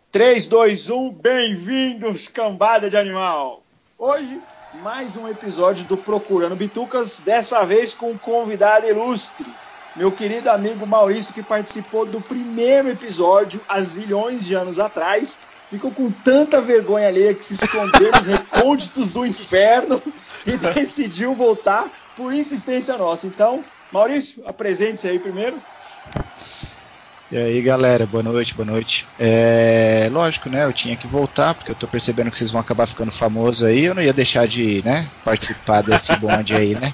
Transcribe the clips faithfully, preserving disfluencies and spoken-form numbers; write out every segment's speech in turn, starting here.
três, dois, um, bem-vindos, cambada de animal! Hoje, mais um episódio do Procurando Bitucas, dessa vez com um convidado ilustre, meu querido amigo Maurício, que participou do primeiro episódio há zilhões de anos atrás, ficou com tanta vergonha alheia que se escondeu nos recônditos do inferno e decidiu voltar por insistência nossa. Então, Maurício, apresente-se aí primeiro. E aí, galera, boa noite, boa noite. É, lógico, né, eu tinha que voltar, porque eu tô percebendo que vocês vão acabar ficando famosos aí, eu não ia deixar de, né, participar desse bonde aí, né?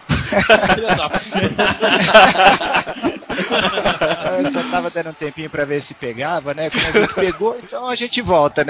Eu só tava dando um tempinho pra ver se pegava, né, como eu vi que pegou, então a gente volta, né?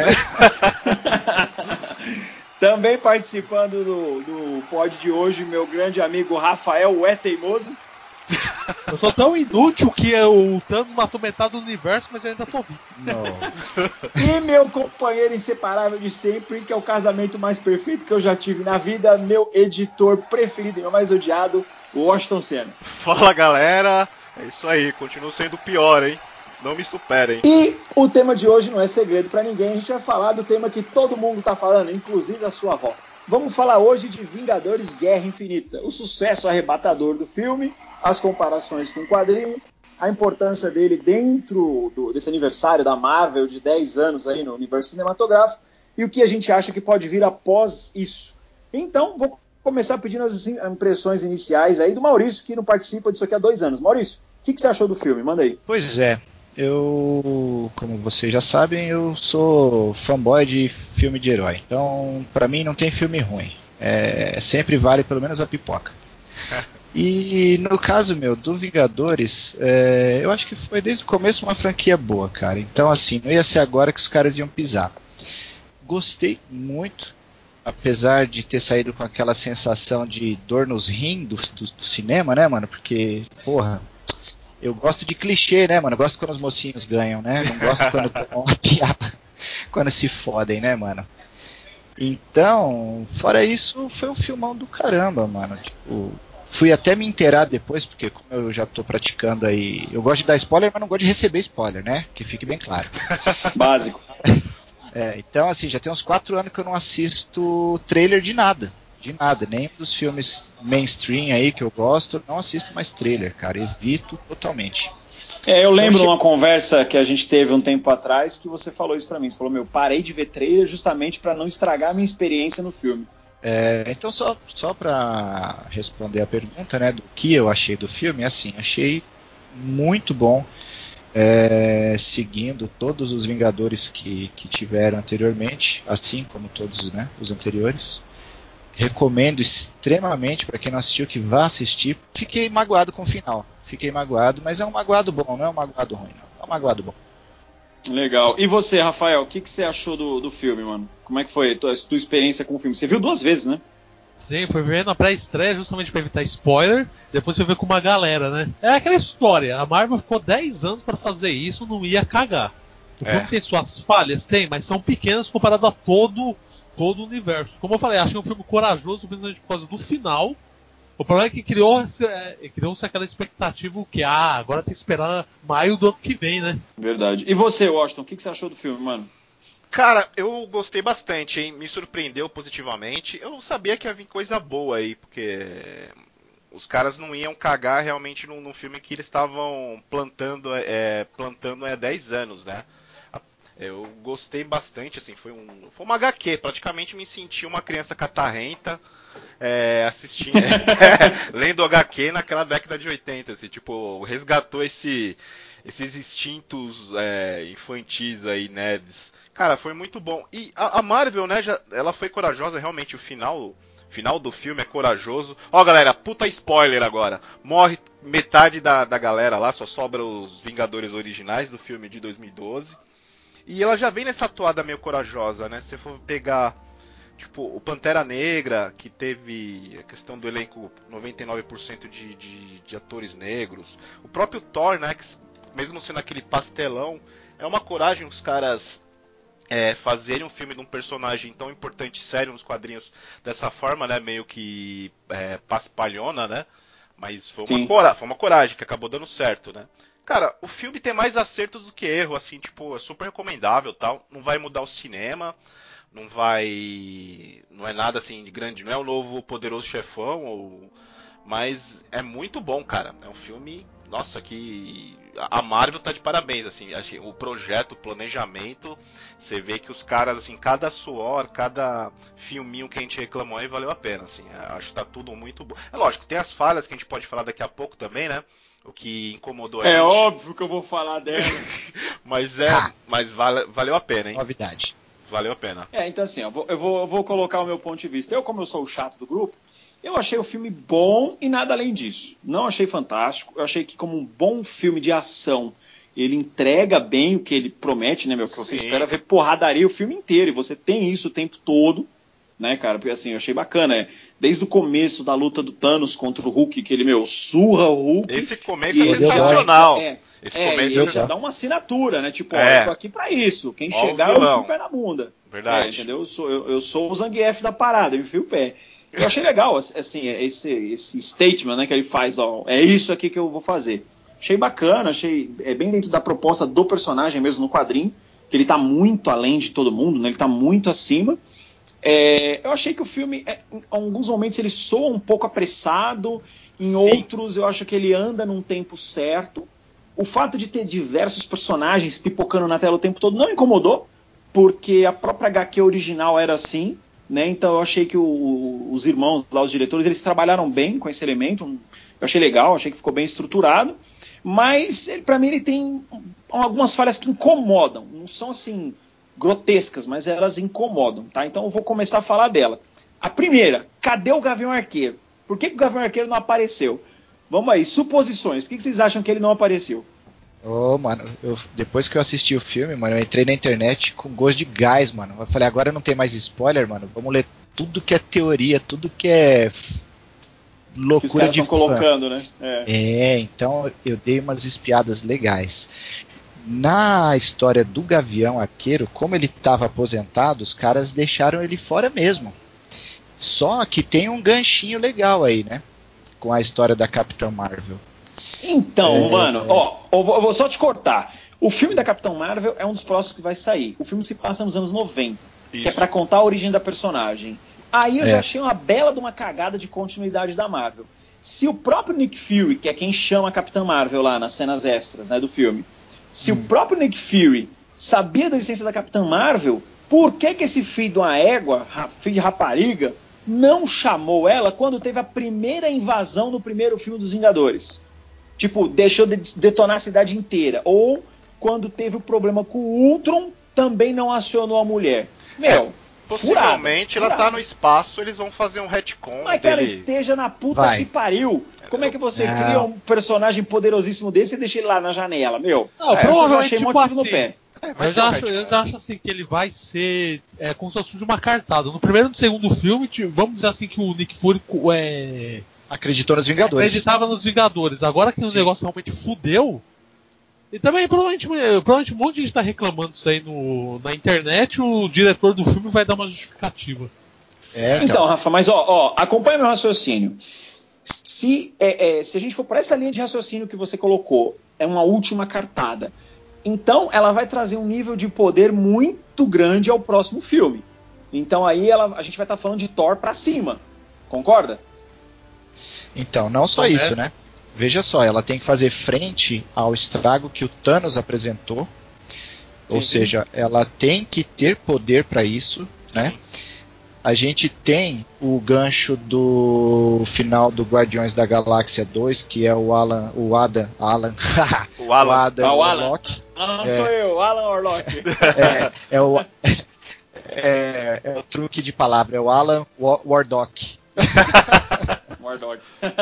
Também participando do, do pod de hoje, meu grande amigo Rafael, o É Teimoso. Eu sou tão inútil que o Thanos matou metade do universo, mas eu ainda tô vivo. Não. E meu companheiro inseparável de sempre, que é o casamento mais perfeito que eu já tive na vida, meu editor preferido e meu mais odiado, o Washington Senna. Fala, galera, é isso aí, continuo sendo pior, hein? Não me superem. E o tema de hoje não é segredo pra ninguém, a gente vai falar do tema que todo mundo tá falando, inclusive a sua avó. Vamos falar hoje de Vingadores Guerra Infinita, o sucesso arrebatador do filme, as comparações com o quadrinho, a importância dele dentro do, desse aniversário da Marvel de dez anos aí no universo cinematográfico e o que a gente acha que pode vir após isso. Então, vou começar pedindo as impressões iniciais aí do Maurício, que não participa disso aqui há dois anos. Maurício, o que, que você achou do filme? Manda aí. Pois é, eu, como vocês já sabem, eu sou fanboy de filme de herói, então pra mim não tem filme ruim, é, sempre vale pelo menos a pipoca. E no caso meu, do Vingadores, é, eu acho que foi desde o começo uma franquia boa, cara. Então assim, não ia ser agora que os caras iam pisar. Gostei muito, apesar de ter saído com aquela sensação de dor nos rins do, do, do cinema, né, mano? Porque, porra, eu gosto de clichê, né, mano? Eu gosto quando os mocinhos ganham, né? Não gosto quando tomam uma piada, quando se fodem, né, mano? Então, fora isso, foi um filmão do caramba, mano. Tipo, fui até me inteirar depois, porque como eu já tô praticando aí... Eu gosto de dar spoiler, mas não gosto de receber spoiler, né? Que fique bem claro. Básico. É, então, assim, já tem uns quatro anos que eu não assisto trailer de nada. De nada. Nem dos filmes mainstream aí que eu gosto, não assisto mais trailer, cara. Evito totalmente. É, eu lembro de uma conversa que a gente teve um tempo atrás que você falou isso pra mim. Você falou, meu, parei de ver trailer justamente pra não estragar a minha experiência no filme. É, então, só, só pra responder a pergunta, né, do que eu achei do filme, assim, achei muito bom, é, seguindo todos os Vingadores que, que tiveram anteriormente, assim como todos, né, os anteriores. Recomendo extremamente para quem não assistiu que vá assistir. Fiquei magoado com o final. Fiquei magoado, mas é um magoado bom, não é um magoado ruim, não. É um magoado bom. Legal. E você, Rafael, o que, que você achou do, do filme, mano? Como é que foi a tua, a tua experiência com o filme? Você viu duas vezes, né? Sim, foi ver na pré-estreia justamente pra evitar spoiler, depois foi ver com uma galera, né? É aquela história, a Marvel ficou dez anos pra fazer isso, não ia cagar. O É. filme tem suas falhas? Tem, mas são pequenas comparado a todo, todo o universo. Como eu falei, acho que é um filme corajoso, principalmente por causa do final. O problema é que criou-se é, criou aquela expectativa que, ah, agora tem que esperar maio do ano que vem, né? Verdade. E você, Washington, o que, que você achou do filme, mano? Cara, eu gostei bastante, hein? Me surpreendeu positivamente. Eu sabia que ia vir coisa boa aí, porque os caras não iam cagar realmente num, num filme que eles estavam plantando, é, plantando há dez anos, né? Eu gostei bastante, assim, foi, um, foi uma agá quê, praticamente me senti uma criança catarrenta é, assistindo, é, lendo agá quê naquela década de oitenta, assim, tipo, resgatou esse, esses instintos é, infantis aí, nerds. Cara, foi muito bom. E a, a Marvel, né, já, ela foi corajosa, realmente, o final... final do filme é corajoso. Ó, galera, puta spoiler agora. Morre metade da, da galera lá, só sobra os Vingadores originais do filme de dois mil e doze. E ela já vem nessa toada meio corajosa, né? Se você for pegar, tipo, o Pantera Negra, que teve a questão do elenco noventa e nove por cento de, de, de atores negros. O próprio Thor, né? Que, mesmo sendo aquele pastelão, é uma coragem os caras é, fazerem um filme de um personagem tão importante, sério, nos quadrinhos, dessa forma, né? Meio que é, paspalhona, né? Mas foi uma, cora- foi uma coragem que acabou dando certo, né? Cara, o filme tem mais acertos do que erro, assim, tipo, é super recomendável, tal. Não vai mudar o cinema, não vai, não é nada assim de grande, não é o novo Poderoso Chefão, ou... mas é muito bom, cara. É um filme, nossa, que a Marvel tá de parabéns, assim, achei o projeto, o planejamento, você vê que os caras, assim, cada suor, cada filminho que a gente reclamou aí valeu a pena, assim. Acho que tá tudo muito bom. É lógico, tem as falhas que a gente pode falar daqui a pouco também, né? O que incomodou a é gente. É óbvio que eu vou falar dela. mas é, mas vale, valeu a pena, hein? Novidade. Valeu a pena. É, então assim, ó, eu, vou, eu vou colocar o meu ponto de vista. Eu, como eu sou o chato do grupo, eu achei o filme bom e nada além disso. Não achei fantástico. Eu achei que, como um bom filme de ação, ele entrega bem o que ele promete, né, meu? Que você Sim. espera ver porradaria o filme inteiro. E você tem isso o tempo todo, né, cara? Porque assim, eu achei bacana. É, desde o começo da luta do Thanos contra o Hulk, que ele, meu, surra o Hulk. Esse começo é ele sensacional. Já, é, Esse é, começo e ele é... já dá uma assinatura, né? Tipo, é. ó, eu tô aqui pra isso. Quem ó chegar, eu enfio o pé na bunda. Verdade. É, entendeu? Eu sou, eu, eu sou o Zangief da parada, eu enfio o pé. Eu achei legal, assim, esse, esse statement, né, que ele faz, ó, é isso aqui que eu vou fazer. Achei bacana, achei é bem dentro da proposta do personagem mesmo no quadrinho, que ele tá muito além de todo mundo, né, ele tá muito acima. É, eu achei que o filme, é, em alguns momentos, ele soa um pouco apressado, em Sim. outros eu acho que ele anda num tempo certo. O fato de ter diversos personagens pipocando na tela o tempo todo não incomodou, porque a própria agá quê original era assim, né? Então eu achei que o, os irmãos lá, os diretores, eles trabalharam bem com esse elemento. Eu achei legal, achei que ficou bem estruturado, mas para mim ele tem algumas falhas que incomodam, não são assim grotescas, mas elas incomodam, tá? Então eu vou começar a falar dela. A primeira, cadê o Gavião Arqueiro? Por que, que o Gavião Arqueiro não apareceu? Vamos aí, suposições. Por que, que vocês acham que ele não apareceu? Ô, oh, mano, eu, depois que eu assisti o filme, mano, eu entrei na internet com gosto de gás, mano. Eu falei, agora não tem mais spoiler, mano. Vamos ler tudo que é teoria, tudo que é f... loucura que os caras de fã. colocando, né? É. é, então eu dei umas espiadas legais. Na história do Gavião Arqueiro, como ele estava aposentado, os caras deixaram ele fora mesmo. Só que tem um ganchinho legal aí, né? Com a história da Capitã Marvel. Então, é... mano, ó, eu vou, eu vou só te cortar. O filme da Capitã Marvel é um dos próximos que vai sair. O filme se passa nos anos noventa, Isso. que é pra contar a origem da personagem. Aí eu é. já achei uma bela de uma cagada de continuidade da Marvel. Se o próprio Nick Fury, que é quem chama a Capitã Marvel lá nas cenas extras, né, do filme, se hum. o próprio Nick Fury sabia da existência da Capitã Marvel, por que que esse filho de uma égua, filho de rapariga, não chamou ela quando teve a primeira invasão no primeiro filme dos Vingadores? Tipo, deixou de detonar a cidade inteira. Ou quando teve o problema com o Ultron, também não acionou a mulher. Meu, é, possivelmente furada, ela furada. tá no espaço, eles vão fazer um retcon. Mas que dele... ela esteja na puta Vai. que pariu. Como é que você não. cria um personagem poderosíssimo desse e deixa ele lá na janela, meu? Não, é, provavelmente, eu achei tipo motivo assim, no pé. É, eu, já acho, eu já acho assim que ele vai ser é, como se fosse uma cartada. No primeiro e no segundo filme, vamos dizer assim que o Nick Fury é, acreditou nos Vingadores. Acreditava nos Vingadores. Agora que Sim. o negócio realmente fudeu. E também provavelmente, provavelmente um monte de gente está reclamando disso aí no, na internet. O diretor do filme vai dar uma justificativa. É, então. então, Rafa, mas ó, ó, acompanha meu raciocínio. Se, é, é, se a gente for para essa linha de raciocínio que você colocou, é uma última cartada. Então ela vai trazer um nível de poder muito grande ao próximo filme. Então aí ela, a gente vai estar tá falando de Thor pra cima. Concorda? Então, não só Correto. isso, né? Veja só, ela tem que fazer frente ao estrago que o Thanos apresentou. Sim. Ou seja, ela tem que ter poder para isso, né? A gente tem o gancho do final do Guardiões da Galáxia dois, que é o Alan, o Adam, Alan, o Alan, o Adam ah, o Warlock. Alan é, sou eu, Alan Warlock. É, é, o, é, é o truque de palavra, é o Alan Warlock. Warlock.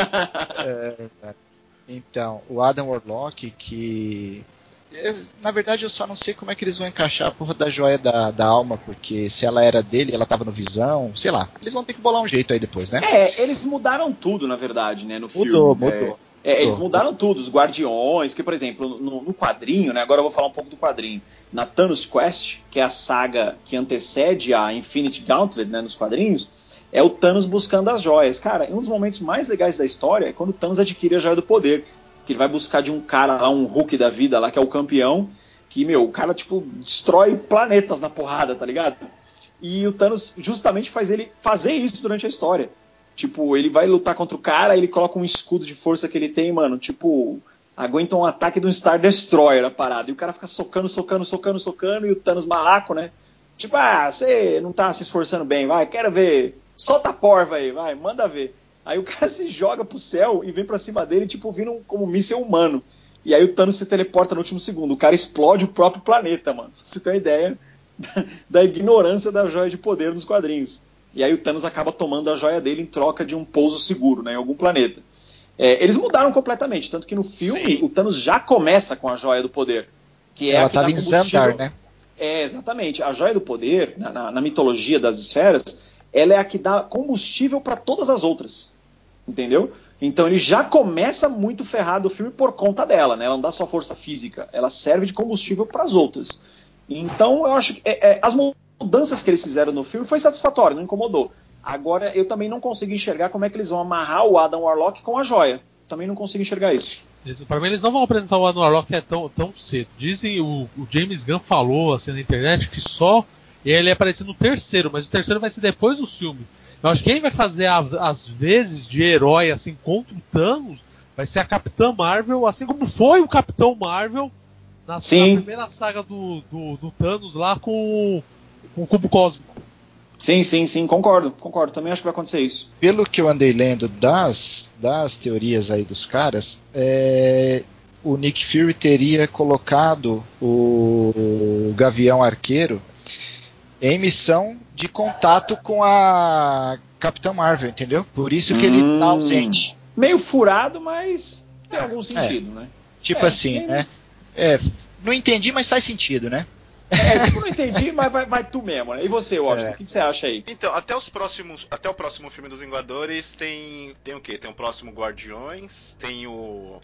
é, então, o Adam Warlock, que na verdade eu só não sei como é que eles vão encaixar a porra da joia da, da alma, porque se ela era dele, ela tava no Visão, sei lá, eles vão ter que bolar um jeito aí depois, né? É, eles mudaram tudo, na verdade, né, no filme. Mudou, mudou. É, é, eles mudaram tudo, os Guardiões, que por exemplo, no, no quadrinho, né, agora eu vou falar um pouco do quadrinho, na Thanos Quest, que é a saga que antecede a Infinity Gauntlet, né, nos quadrinhos, é o Thanos buscando as joias. Cara, um dos momentos mais legais da história é quando o Thanos adquire a joia do poder. que ele vai buscar de um cara lá, um Hulk da vida lá, que é o campeão, que, meu, o cara, tipo, destrói planetas na porrada, tá ligado? E o Thanos justamente faz ele fazer isso durante a história. Tipo, ele vai lutar contra o cara, ele coloca um escudo de força que ele tem, mano, tipo, aguenta um ataque de um Star Destroyer a parada. E o cara fica socando, socando, socando, socando, e o Thanos malaco, né? Tipo, ah, você não tá se esforçando bem, vai, quero ver. Solta a porva aí, vai, manda ver. Aí o cara se joga pro céu e vem pra cima dele, tipo, vindo como um míssil humano. E aí o Thanos se teleporta no último segundo. O cara explode o próprio planeta, mano. Pra você ter uma ideia da, da ignorância da joia de poder nos quadrinhos. E aí o Thanos acaba tomando a joia dele em troca de um pouso seguro, né, em algum planeta. É, eles mudaram completamente, tanto que no filme Sim. o Thanos já começa com a joia do poder. Que é Ela a que tava dá em combustível... Xandar, né? É, exatamente. A joia do poder, na, na, na mitologia das esferas, ela é a que dá combustível para todas as outras. Entendeu? Então ele já começa muito ferrado o filme por conta dela, né? Ela não dá só força física, ela serve de combustível para as outras. Então eu acho que é, é, as mudanças que eles fizeram no filme foi satisfatório, não incomodou. Agora eu também não consigo enxergar como é que eles vão amarrar o Adam Warlock com a joia. Também não consigo enxergar isso. Para mim eles não vão apresentar o Adam Warlock é tão, tão cedo. Dizem, o, o James Gunn falou assim na internet que só ele ia aparecer no terceiro, mas o terceiro vai ser depois do filme. Eu acho que quem vai fazer a, as vezes de herói assim contra o Thanos vai ser a Capitã Marvel, assim como foi o Capitão Marvel na, na primeira saga do, do, do Thanos lá com, com o Cubo Cósmico. Sim, sim, sim, concordo, concordo. Também acho que vai acontecer isso. Pelo que eu andei lendo das, das teorias aí dos caras, é, o Nick Fury teria colocado o Gavião Arqueiro em missão de contato com a Capitã Marvel, entendeu? Por isso que hum, ele tá ausente. Meio furado, mas tem algum sentido, é, né? Tipo é, assim, tem... né? É, não entendi, mas faz sentido, né? É, tipo, não entendi, mas vai, vai tu mesmo, né? E você, Washington, é. o que você acha aí? Então, até os próximos, até o próximo filme dos Vingadores tem, tem o quê? Tem o próximo Guardiões, tem o,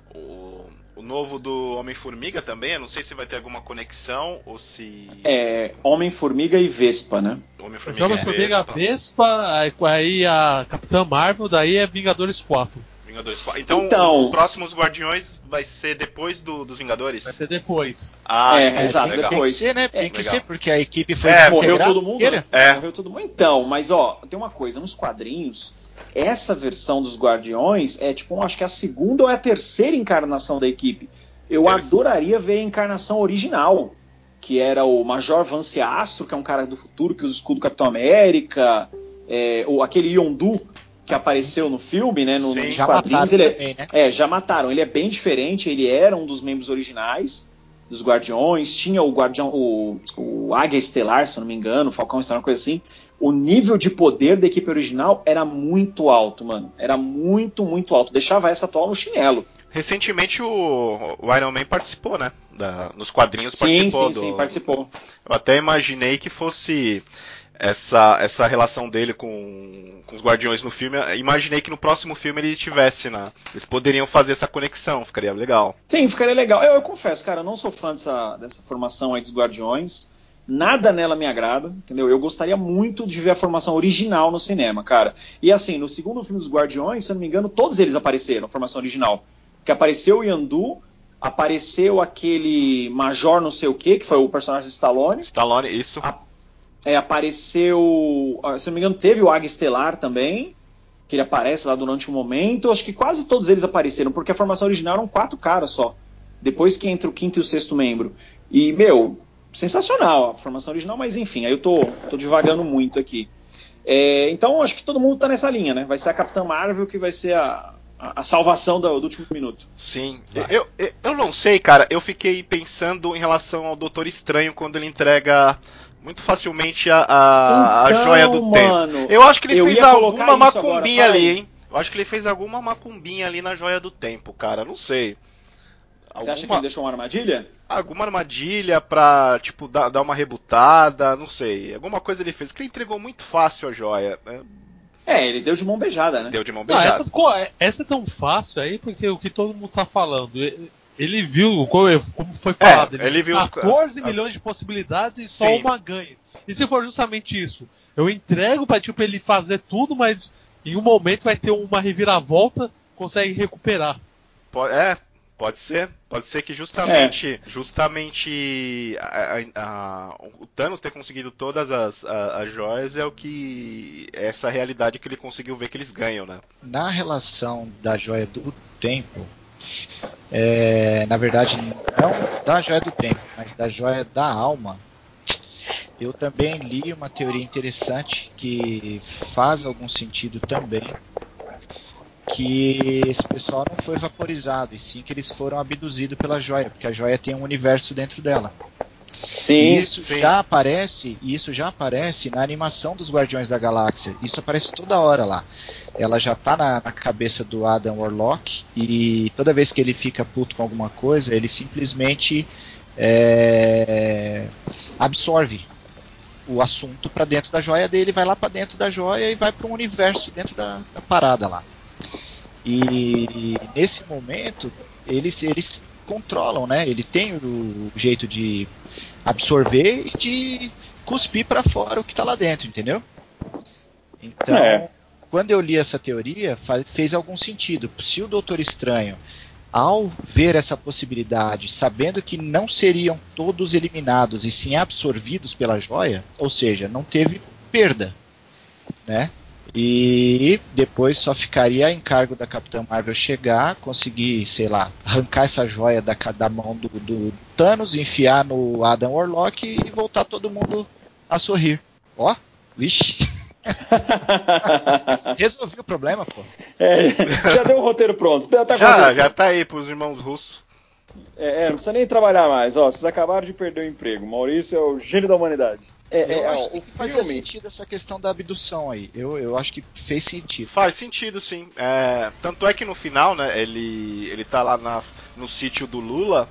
o, o novo do Homem-Formiga também, eu não sei se vai ter alguma conexão ou se... É, Homem-Formiga e Vespa, né? Homem-Formiga, Homem-Formiga Vespa, Vespa aí, aí a Capitã Marvel, daí é Vingadores quatro. Vingadores. Então, então, os próximos Guardiões vai ser depois do, dos Vingadores? Vai ser depois. Ah, é, é exato, legal. depois. Tem que ser, né? Tem é, que legal. ser, porque a equipe foi é, morreu todo mundo, né? É. Morreu todo mundo. Então, mas ó, tem uma coisa, nos quadrinhos, essa versão dos Guardiões é tipo, acho que é a segunda ou é a terceira encarnação da equipe. Eu Eles... adoraria ver a encarnação original, que era o Major Vance Astro, que é um cara do futuro que usa o escudo do Capitão América, é, ou aquele Yondu que apareceu no filme, né, no, nos já quadrinhos, ele é, também, né? é, já mataram. Ele é bem diferente, ele era um dos membros originais dos Guardiões, tinha o Guardião, o, o Águia Estelar, se eu não me engano, o Falcão Estelar, uma coisa assim. O nível de poder da equipe original era muito alto, mano. Era muito, muito alto. Deixava essa atual no chinelo. Recentemente o, o Iron Man participou, né? Da, nos quadrinhos sim, participou. Sim, do, sim, participou. Eu até imaginei que fosse essa, essa relação dele com, com os Guardiões no filme. Imaginei que no próximo filme ele estivesse na. Eles poderiam fazer essa conexão, ficaria legal. Sim, ficaria legal. Eu, eu confesso, cara, eu não sou fã dessa, dessa formação aí dos Guardiões. Nada nela me agrada, entendeu? Eu gostaria muito de ver a formação original no cinema, cara. E assim, no segundo filme dos Guardiões, se eu não me engano, todos eles apareceram, a formação original. Que apareceu o Yondu, apareceu aquele Major não sei o que, que foi o personagem do Stallone. Stallone, isso. A, é, apareceu, se eu não me engano, teve o Águia Estelar também, que ele aparece lá durante um momento. Acho que quase todos eles apareceram, porque a formação original eram quatro caras só. Depois que entra o quinto e o sexto membro. E, meu, sensacional a formação original, mas enfim, aí eu tô, tô divagando muito aqui. É, então, acho que todo mundo tá nessa linha, né? Vai ser a Capitã Marvel que vai ser a, a, a salvação do, do último minuto. Sim. Eu, eu, eu não sei, cara. Eu fiquei pensando em relação ao Doutor Estranho quando ele entrega muito facilmente a, a, então, a joia do mano, tempo. Eu acho que ele fez alguma macumbinha agora, ali, hein? Eu acho que ele fez alguma macumbinha ali na joia do tempo, cara. Não sei. Alguma... Você acha que ele deixou uma armadilha? Alguma armadilha pra, tipo, dar, dar uma rebutada, não sei. Alguma coisa ele fez, que ele entregou muito fácil a joia. Né? É, ele deu de mão beijada, né? Deu de mão beijada. Não, essa, ficou, essa é tão fácil aí, porque o que todo mundo tá falando, ele viu, como foi falado, é, ele viu quatorze as, milhões as... de possibilidades e só Sim. uma ganha. E se for justamente isso? Eu entrego pra, tipo, ele fazer tudo, mas em um momento vai ter uma reviravolta, consegue recuperar. Pode, é, pode ser. Pode ser que justamente, é. justamente a, a, a, o Thanos ter conseguido todas as, a, as joias é o que. É essa realidade que ele conseguiu ver que eles ganham, né? Na relação da joia do tempo, é, na verdade, não da joia do tempo, mas da joia da alma, eu também li uma teoria interessante que faz algum sentido também, que esse pessoal não foi vaporizado, e sim que eles foram abduzidos pela joia, porque a joia tem um universo dentro dela. Sim, e isso sim. já aparece, isso já aparece na animação dos Guardiões da Galáxia. Isso aparece toda hora lá. Ela já está na, na cabeça do Adam Warlock, e toda vez que ele fica puto com alguma coisa, ele simplesmente é, absorve o assunto para dentro da joia dele, vai lá para dentro da joia e vai para um universo dentro da, da parada lá. E nesse momento eles, eles controlam, né? Ele tem o jeito de absorver e de cuspir para fora o que está lá dentro, entendeu? Então, é. quando eu li essa teoria, fez algum sentido. Se o Doutor Estranho, ao ver essa possibilidade, sabendo que não seriam todos eliminados e sim absorvidos pela joia, ou seja, não teve perda, né? E depois só ficaria a encargo da Capitã Marvel chegar, conseguir, sei lá, arrancar essa joia da, da mão do, do Thanos, enfiar no Adam Warlock e voltar todo mundo a sorrir. Ó, vixe. Resolvi o problema, pô. É, já deu o roteiro pronto. Tá já, já tá aí pros irmãos russos. É, é, não precisa nem trabalhar mais. Ó, vocês acabaram de perder o emprego. Maurício é o gênio da humanidade. É, eu é, acho ó, que o fazia filme... sentido essa questão da abdução aí. Eu, eu acho que fez sentido. Faz sentido, sim. É, tanto é que no final, né, ele, ele tá lá na, no sítio do Lula.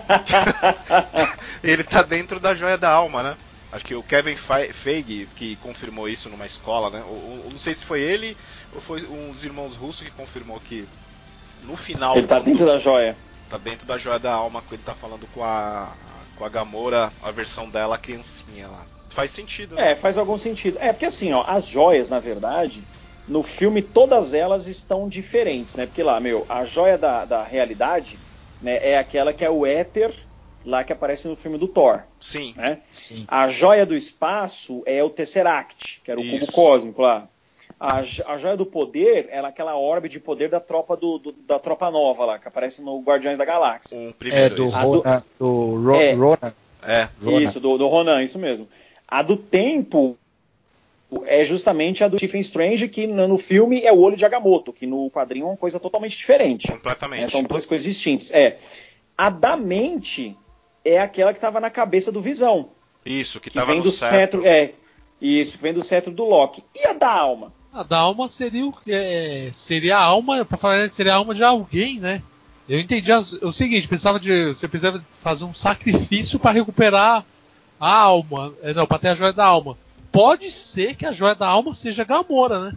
Ele tá dentro da joia da alma, né? Acho que o Kevin Feige que confirmou isso numa escola, né? Eu, eu não sei se foi ele ou foi uns irmãos russos que confirmou que no final... Ele tá dentro da joia. Tá dentro da joia da alma, ele tá falando com a, com a Gamora, a versão dela, a criancinha lá. Faz sentido, né? É, faz algum sentido. É, porque assim, ó, as joias, na verdade, no filme todas elas estão diferentes, né? Porque lá, meu, a joia da, da realidade, né, é aquela que é o éter, lá que aparece no filme do Thor. Sim. Né? Sim. A joia do espaço é o Tesseract, que era o Isso. cubo cósmico lá. A, a joia do poder é aquela orbe de poder da tropa do, do, da tropa nova lá, que aparece no Guardiões da Galáxia. Um primeiro, é do Ronan, do, do Ro, é, Ronan. É. Isso, do, do Ronan, isso mesmo. A do tempo é justamente a do Stephen Strange, que no filme é o olho de Agamotto, que no quadrinho é uma coisa totalmente diferente. Completamente. É, são duas coisas distintas. É. A da mente é aquela que estava na cabeça do Visão. Isso, que, que tava vem no do cetro. cetro. É, isso, que vem do cetro do Loki. E a da alma? A da alma seria o é, seria a alma, para falar, seria a alma de alguém, né? Eu entendi o seguinte, pensava de você precisava fazer um sacrifício para recuperar a alma, não, para ter a joia da alma. Pode ser que a joia da alma seja Gamora, né?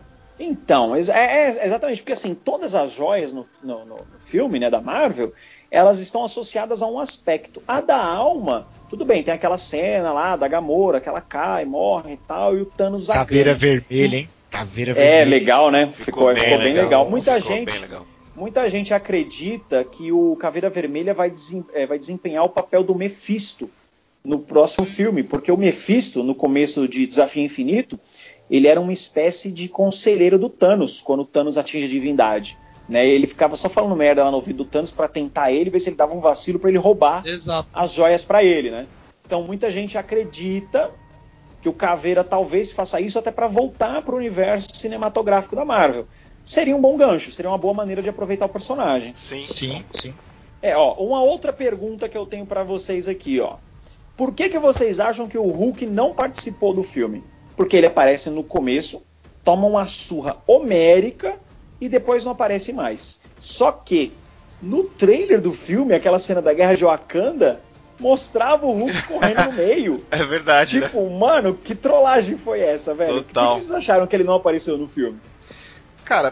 Então, é, é exatamente, porque assim, todas as joias no, no, no filme, né, da Marvel, elas estão associadas a um aspecto. A da alma, tudo bem, tem aquela cena lá da Gamora, que ela cai, morre e tal, e o Thanos a Caveira ganha. vermelha, hein? Caveira é, vermelha. É, legal, né? Ficou, ficou, bem, ficou bem legal. legal. Muita Ficou gente... bem legal. Muita gente acredita que o Caveira Vermelha vai, desem, é, vai desempenhar o papel do Mephisto no próximo filme, porque o Mephisto, no começo de Desafio Infinito, ele era uma espécie de conselheiro do Thanos, quando o Thanos atinge a divindade. Né? Ele ficava só falando merda lá no ouvido do Thanos para tentar ele, ver se ele dava um vacilo para ele roubar Exato. as joias para ele. Né? Então muita gente acredita que o Caveira talvez faça isso até para voltar para o universo cinematográfico da Marvel. Seria um bom gancho, seria uma boa maneira de aproveitar o personagem. Sim, sim, sim. É, ó, uma outra pergunta que eu tenho para vocês aqui, ó. Por que que vocês acham que o Hulk não participou do filme? Porque ele aparece no começo, toma uma surra homérica e depois não aparece mais. Só que no trailer do filme, aquela cena da Guerra de Wakanda mostrava o Hulk correndo no meio. É verdade, tipo, né? Mano, que trollagem foi essa, velho? Total. Por que vocês acharam que ele não apareceu no filme? Cara,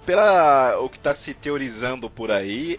pela o que tá se teorizando por aí,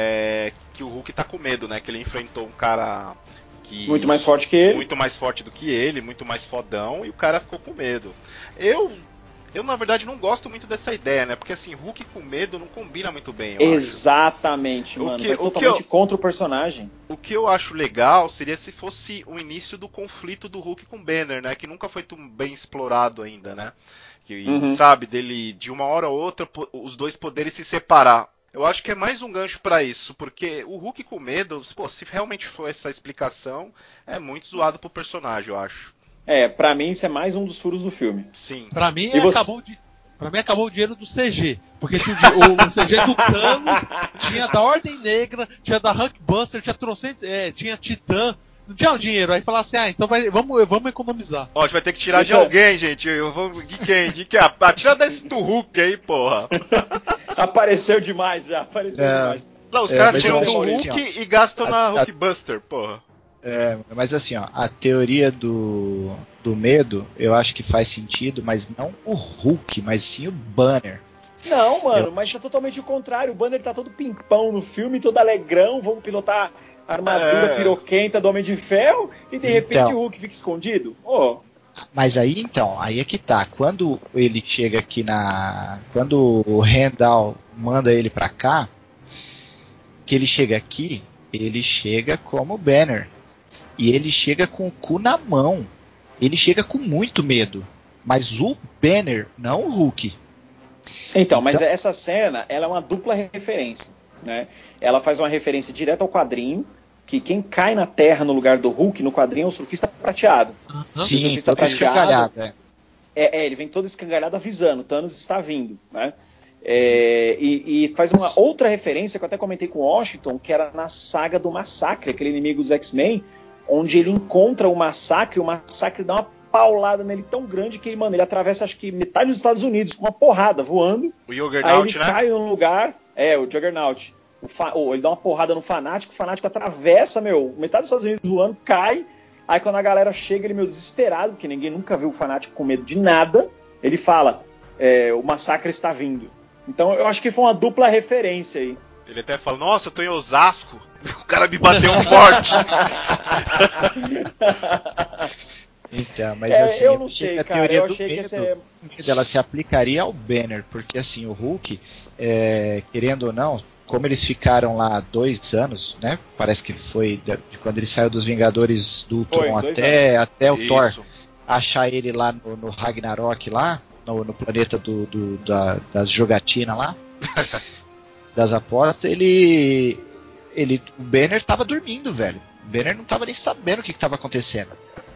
é que o Hulk tá com medo, né? Que ele enfrentou um cara que muito mais forte que ele. Muito mais forte do que ele, muito mais fodão, e o cara ficou com medo. Eu Eu, na verdade, não gosto muito dessa ideia, né? Porque, assim, Hulk com medo não combina muito bem, eu Exatamente, acho. mano. O que, Vai o totalmente que eu, contra o personagem. o que eu acho legal seria se fosse o início do conflito do Hulk com Banner, né? Que nunca foi tão bem explorado ainda, né? Que, Uhum. sabe, dele, de uma hora a outra, os dois poderem se separar. Eu acho que é mais um gancho pra isso, porque o Hulk com medo, pô, se realmente for essa explicação, é muito zoado pro personagem, eu acho. É, pra mim isso é mais um dos furos do filme. Sim. Pra mim, E você- acabou de. Pra mim acabou o dinheiro do C G. Porque tinha o, di- o- o C G do Thanos, tinha da Ordem Negra, tinha da Hulkbuster, tinha trocentos, é, tinha Titã. Não tinha o dinheiro. Aí falaram assim, ah, então vai, vamos, vamos economizar. Ó, a gente vai ter que tirar Deixa- de alguém, gente. Eu vou... De quem? De quem? Ah, tira desse do Hulk aí, porra. Apareceu demais já, apareceu É. demais. Não, os É, caras mas tiram eu do acho que, Hulk assim, ó, e gastam a- na a- Hulkbuster, porra. É, mas assim, ó, a teoria do, do medo, eu acho que faz sentido, mas não o Hulk, mas sim o Banner. Não, mano, Eu- mas tá totalmente o contrário. O Banner tá todo pimpão no filme, todo alegrão, vamos pilotar a armadura É. piroquenta do Homem de Ferro e de repente Então. o Hulk fica escondido. Ô, Mas aí então, aí é que tá. Quando ele chega aqui na. Quando o Randall manda ele pra cá, que ele chega aqui, ele chega como Banner. E ele chega com o cu na mão. Ele chega com muito medo. Mas o Banner, não o Hulk. Então, mas Então- essa cena, ela é uma dupla referência, né? Ela faz uma referência direta ao quadrinho, que quem cai na Terra no lugar do Hulk, no quadrinho, é o surfista prateado. Hã? O Sim, surfista todo prateado, escangalhado. É. É, é, ele vem todo escangalhado avisando, Thanos está vindo, né? É, e, e faz uma outra referência que eu até comentei com o Washington, que era na saga do Massacre, aquele inimigo dos X-Men, onde ele encontra o Massacre, e o Massacre dá uma paulada nele tão grande que, mano, ele atravessa acho que metade dos Estados Unidos com uma porrada voando. O Aí Juggernaut, ele né? cai num lugar, é, o Juggernaut. O fa- ou ele dá uma porrada no Fanático, o Fanático atravessa, meu, metade dos Estados Unidos voando, cai. Aí quando a galera chega, ele meio desesperado, porque ninguém nunca viu o Fanático com medo de nada, ele fala, é, o Massacre está vindo. Então eu acho que foi uma dupla referência aí. Ele até fala, nossa, eu tô em Osasco. O cara me bateu forte. Então, mas É, assim, eu não achei sei, que a cara, teoria eu do achei que medo, esse é... dela se aplicaria ao Banner, porque assim, o Hulk, é, querendo ou não, como eles ficaram lá dois anos, né? Parece que foi de, de quando ele saiu dos Vingadores do Foi, Ultron dois até, até o Isso. Thor achar ele lá no, no Ragnarok lá, no, no planeta do, do, da, das jogatinas lá, das apostas, ele, ele, o Banner tava dormindo, velho. O Banner não tava nem sabendo o que estava acontecendo.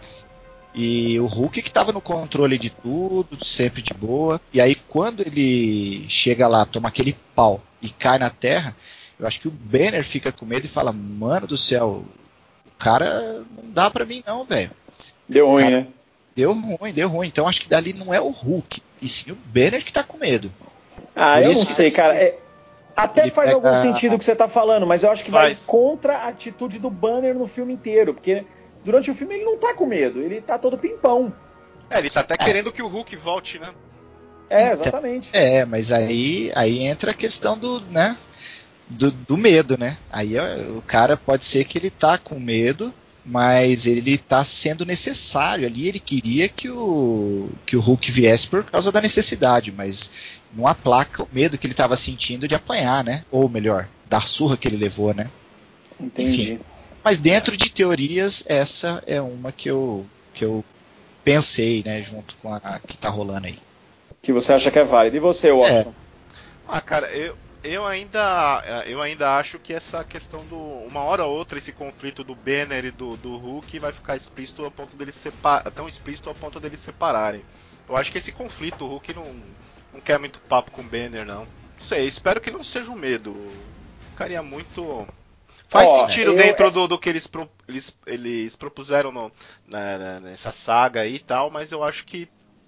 E o Hulk que estava no controle de tudo, sempre de boa. E aí quando ele chega lá, toma aquele pau e cai na terra, eu acho que o Banner fica com medo e fala, mano do céu, o cara não dá pra mim não, velho. Deu ruim, Cara, né? Deu ruim, deu ruim. Então acho que dali não é o Hulk, e sim o Banner que tá com medo. Ah, Por eu isso não que sei, cara. É, até ele faz pega- algum sentido o que você tá falando, mas eu acho que vai Faz. contra a atitude do Banner no filme inteiro, porque durante o filme ele não tá com medo, ele tá todo pimpão. É, ele tá até querendo que o Hulk volte, né? É, exatamente. É, mas aí, aí entra a questão do, né, do, do medo, né? Aí ó, o cara pode ser que ele tá com medo, mas ele tá sendo necessário ali. Ele queria que o, que o Hulk viesse por causa da necessidade, mas não aplaca o medo que ele tava sentindo de apanhar, né? Ou melhor, da surra que ele levou, né? Entendi. Mas dentro de teorias, essa é uma que eu, que eu pensei, né, junto com a que tá rolando aí. Que você acha que é válido. E você, Washington? Ah, cara, eu, eu ainda eu ainda acho que essa questão do uma hora ou outra esse conflito do Banner e do, do Hulk vai ficar explícito a ponto deles separ, tão explícito a ponto deles separarem. Eu acho que esse conflito o Hulk não não quer muito papo com o Banner, não. Não sei, espero que não seja um medo. Ficaria muito faz Ó, sentido eu- dentro do, do que eles, pro, eles, eles propuseram no, na, na- nessa saga aí e tal, mas eu acho que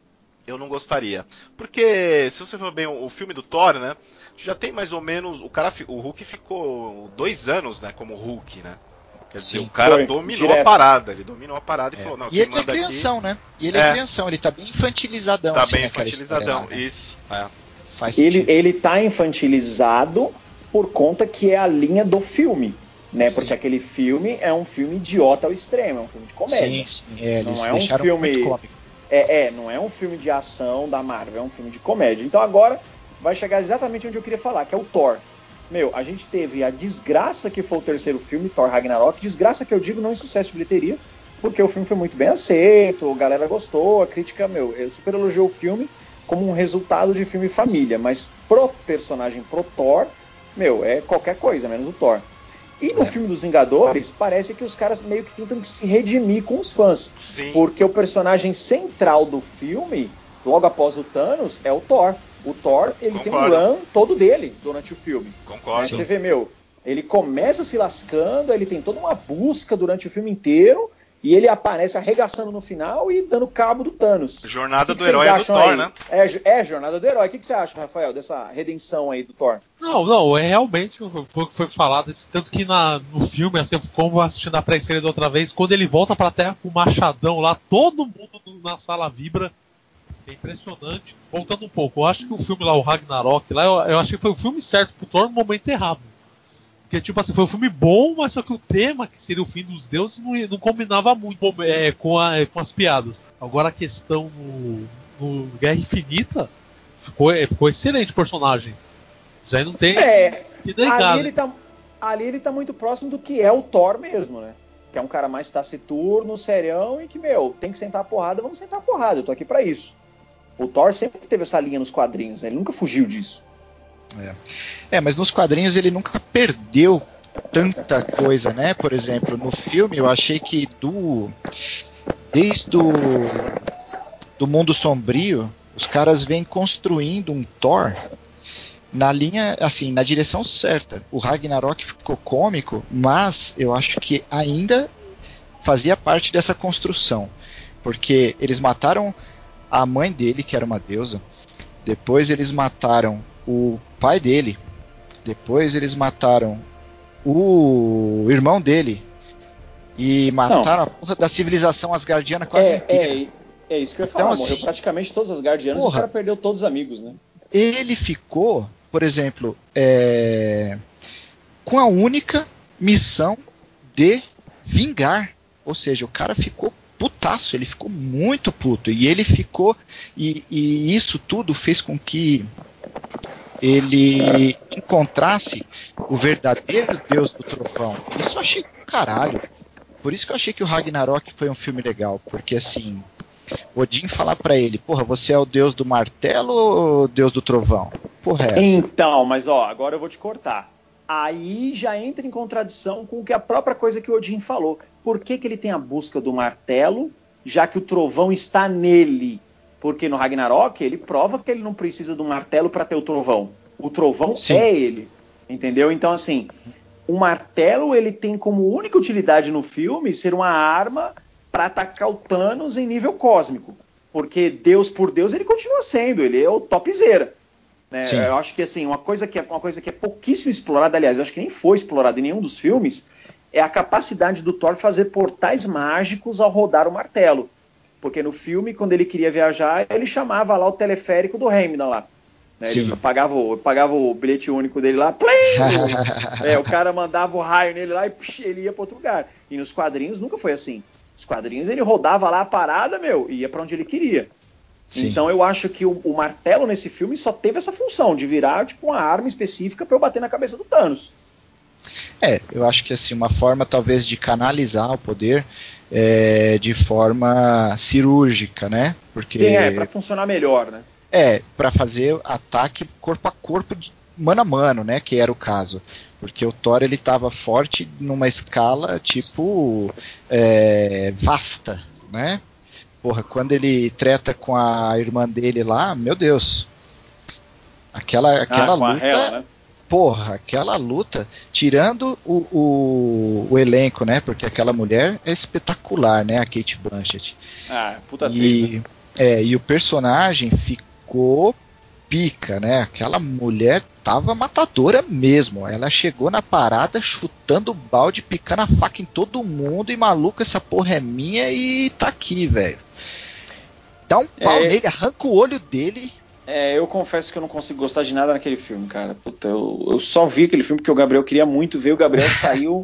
eu não gostaria. Porque, se você for bem o, o filme do Thor, né? Já tem mais ou menos. O cara, fi- o Hulk ficou dois anos, né? Como Hulk, né? Quer dizer, Sim. o cara Foi, dominou direto. a parada. Ele dominou a parada e É. falou: não, E quem ele é manda aqui crianção, né? E ele É. é crianção, ele tá bem infantilizadão, tá assim, bem naquela história infantilizadão. lá, né? Isso. É. Faz Ele, sentido. ele tá infantilizado por conta que é a linha do filme, né? Porque Sim. aquele filme é um filme idiota ao extremo, é um filme de comédia. Sim, sim, é, Não eles é um deixaram filme- muito cômico. É, é, não é um filme de ação da Marvel, é um filme de comédia. Então agora vai chegar exatamente onde eu queria falar, que é o Thor. Meu, a gente teve a desgraça que foi o terceiro filme, Thor Ragnarok. Desgraça que eu digo não em sucesso de bilheteria, porque o filme foi muito bem aceito, a galera gostou, a crítica, meu, super elogiou o filme como um resultado de filme família. Mas pro personagem, pro Thor, meu, é qualquer coisa, menos o Thor. E no é. filme dos Vingadores, parece que os caras meio que tentam se redimir com os fãs. Sim. Porque o personagem central do filme, logo após o Thanos, é o Thor. O Thor, ele Concordo. tem um run todo dele durante o filme. Concordo. Aí você vê, meu, ele começa se lascando, ele tem toda uma busca durante o filme inteiro, e ele aparece arregaçando no final e dando cabo do Thanos. Jornada que que do herói é do Thor, aí? né? É, é, Jornada do Herói. O que, que você acha, Rafael, dessa redenção aí do Thor? Não, não, é realmente foi o que foi falado, tanto que na, no filme, assim, como assistindo a pré-estreia da outra vez, quando ele volta pra Terra com o machadão lá, todo mundo na sala vibra. É impressionante. Voltando um pouco, eu acho que o filme lá, o Ragnarok, lá, eu, eu achei que foi o filme certo pro Thor no momento errado. Porque, tipo assim, foi um filme bom, mas só que o tema, que seria o fim dos deuses, não, não combinava muito é, com, a, com as piadas. Agora a questão no, no Guerra Infinita ficou, é, ficou excelente o personagem. Isso aí não tem é, que negar. Ali ele, tá, ali ele tá muito próximo do que é o Thor mesmo, né? Que é um cara mais taciturno, serião e que, meu, tem que sentar a porrada, vamos sentar a porrada, eu tô aqui pra isso. O Thor sempre teve essa linha nos quadrinhos, né? Ele nunca fugiu disso. É. é, mas nos quadrinhos ele nunca perdeu tanta coisa, né? Por exemplo, no filme eu achei que do desde o do Mundo Sombrio, os caras vêm construindo um Thor na linha, assim, na direção certa. O Ragnarok ficou cômico, mas eu acho que ainda fazia parte dessa construção, porque eles mataram a mãe dele, que era uma deusa, depois eles mataram o pai dele, depois eles mataram o irmão dele e mataram Não. a porra da civilização asgardiana quase é, inteira. É, é isso que eu ia falar, então, morreu assim, praticamente todos os asgardianos e o cara perdeu todos os amigos, né? Ele ficou, por exemplo, é, com a única missão de vingar, ou seja, o cara ficou putaço, ele ficou muito puto, e ele ficou, e, e isso tudo fez com que ele encontrasse o verdadeiro Deus do Trovão. Isso eu achei caralho. Por isso que eu achei que o Ragnarok foi um filme legal, porque assim, Odin falar pra ele, porra, você é o Deus do martelo ou o Deus do trovão? Porra, é essa? Então, mas ó, agora eu vou te cortar. Aí já entra em contradição com o que a própria coisa que o Odin falou. Por que, que ele tem a busca do martelo, já que o trovão está nele? Porque no Ragnarok ele prova que ele não precisa do martelo para ter o trovão. O trovão Sim. é ele, entendeu? Então assim, o martelo ele tem como única utilidade no filme ser uma arma para atacar o Thanos em nível cósmico. Porque Deus por Deus ele continua sendo, ele é o topzera. Né? Eu acho que assim, uma coisa que, é, uma coisa que é pouquíssimo explorada, aliás, eu acho que nem foi explorada em nenhum dos filmes, é a capacidade do Thor fazer portais mágicos ao rodar o martelo. Porque no filme, quando ele queria viajar, ele chamava lá o teleférico do Heimdall lá. Né? Ele pagava o, pagava o bilhete único dele lá, é, o cara mandava o raio nele lá e psh, ele ia para outro lugar. E nos quadrinhos nunca foi assim. Nos quadrinhos ele rodava lá a parada, meu, e ia para onde ele queria. Sim. Então eu acho que o, o martelo nesse filme só teve essa função de virar tipo uma arma específica para eu bater na cabeça do Thanos. É, eu acho que assim, uma forma talvez de canalizar o poder é, de forma cirúrgica, né? Porque Sim, é, para funcionar melhor, né? É, para fazer ataque corpo a corpo, de, mano a mano, né? Que era o caso. Porque o Thor ele estava forte numa escala tipo é, vasta, né? Porra, quando ele treta com a irmã dele lá, meu Deus. Aquela, aquela ah, com luta. A Hela, né? Porra, aquela luta, tirando o, o, o elenco, né? Porque aquela mulher é espetacular, né? A Cate Blanchett. Ah, puta e, atriz, né? é, e o personagem ficou pica, né? Aquela mulher tava matadora mesmo. Ela chegou na parada chutando o balde, picando a faca em todo mundo e maluco, essa porra é minha e tá aqui, velho. Dá um pau é, nele, arranca o olho dele. É, eu confesso que eu não consigo gostar de nada naquele filme, cara. Puta, eu, eu só vi aquele filme porque o Gabriel queria muito ver, o Gabriel saiu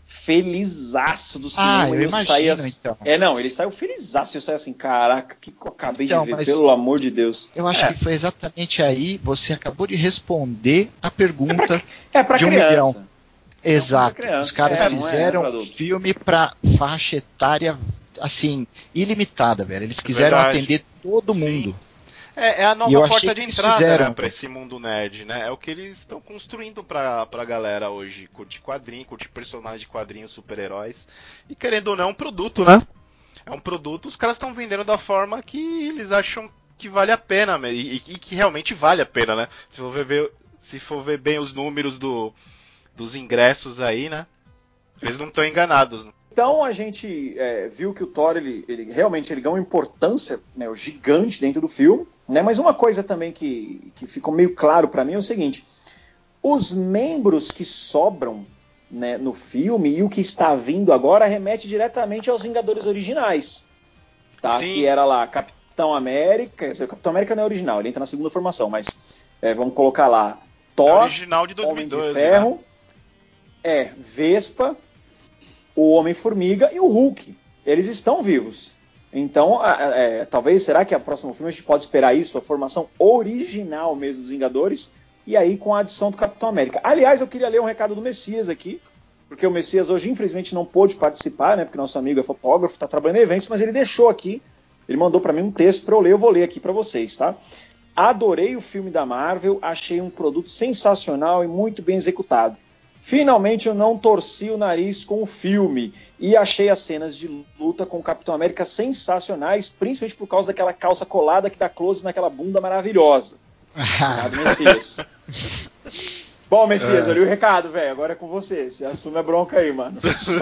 felizaço do cinema. Ah, eu eu imagino, saí assim... então. É, não, ele saiu felizaço. Eu saí assim, caraca, que eu acabei Então, de ver, mas pelo amor de Deus. Eu acho É. que foi exatamente aí, você acabou de responder a pergunta É pra de um criança. milhão. Exato. pra criança. Os caras É, não é, fizeram não é pra um adulto. filme pra faixa etária, assim, ilimitada, velho. Eles quiseram Verdade. atender todo Sim. mundo. É, é a E nova eu achei porta que de eles entrada, fizeram. né, pra esse mundo nerd, né? É o que eles estão construindo pra, pra galera hoje. Curtir quadrinho, curtir personagens de quadrinhos, super-heróis. E querendo ou não, é um produto, né? É um produto, os caras estão vendendo da forma que eles acham que vale a pena, né? e, e que realmente vale a pena, né? Se for ver, se for ver bem os números do, dos ingressos aí, né? Eles não estão enganados. Né? Então a gente é, viu que o Thor ele, ele realmente ele ganhou uma importância, né, gigante dentro do filme, né? Mas uma coisa também que, que ficou meio claro pra mim é o seguinte: os membros que sobram, né, no filme e o que está vindo agora remete diretamente aos Vingadores originais, tá? Sim. Que era lá Capitão América, o Capitão América não é original, ele entra na segunda formação, mas é, vamos colocar lá É Thor, original de Homem dois mil e doze, de Ferro, né? é Vespa, o Homem-Formiga e o Hulk. Eles estão vivos. Então, é, talvez, será que a próxima filme a gente pode esperar isso, a formação original mesmo dos Vingadores, e aí com a adição do Capitão América. Aliás, eu queria ler um recado do Messias aqui, porque o Messias hoje, infelizmente, não pôde participar, né, porque nosso amigo é fotógrafo, está trabalhando em eventos, mas ele deixou aqui, ele mandou para mim um texto para eu ler, eu vou ler aqui para vocês, tá? Adorei o filme da Marvel, achei um produto sensacional e muito bem executado. Finalmente eu não torci o nariz com o filme e achei as cenas de luta com o Capitão América sensacionais, principalmente por causa daquela calça colada que dá close naquela bunda maravilhosa. Assinado Messias. Bom, Messias, É. eu li o recado, velho. Agora é com você. Você assume a bronca aí, mano.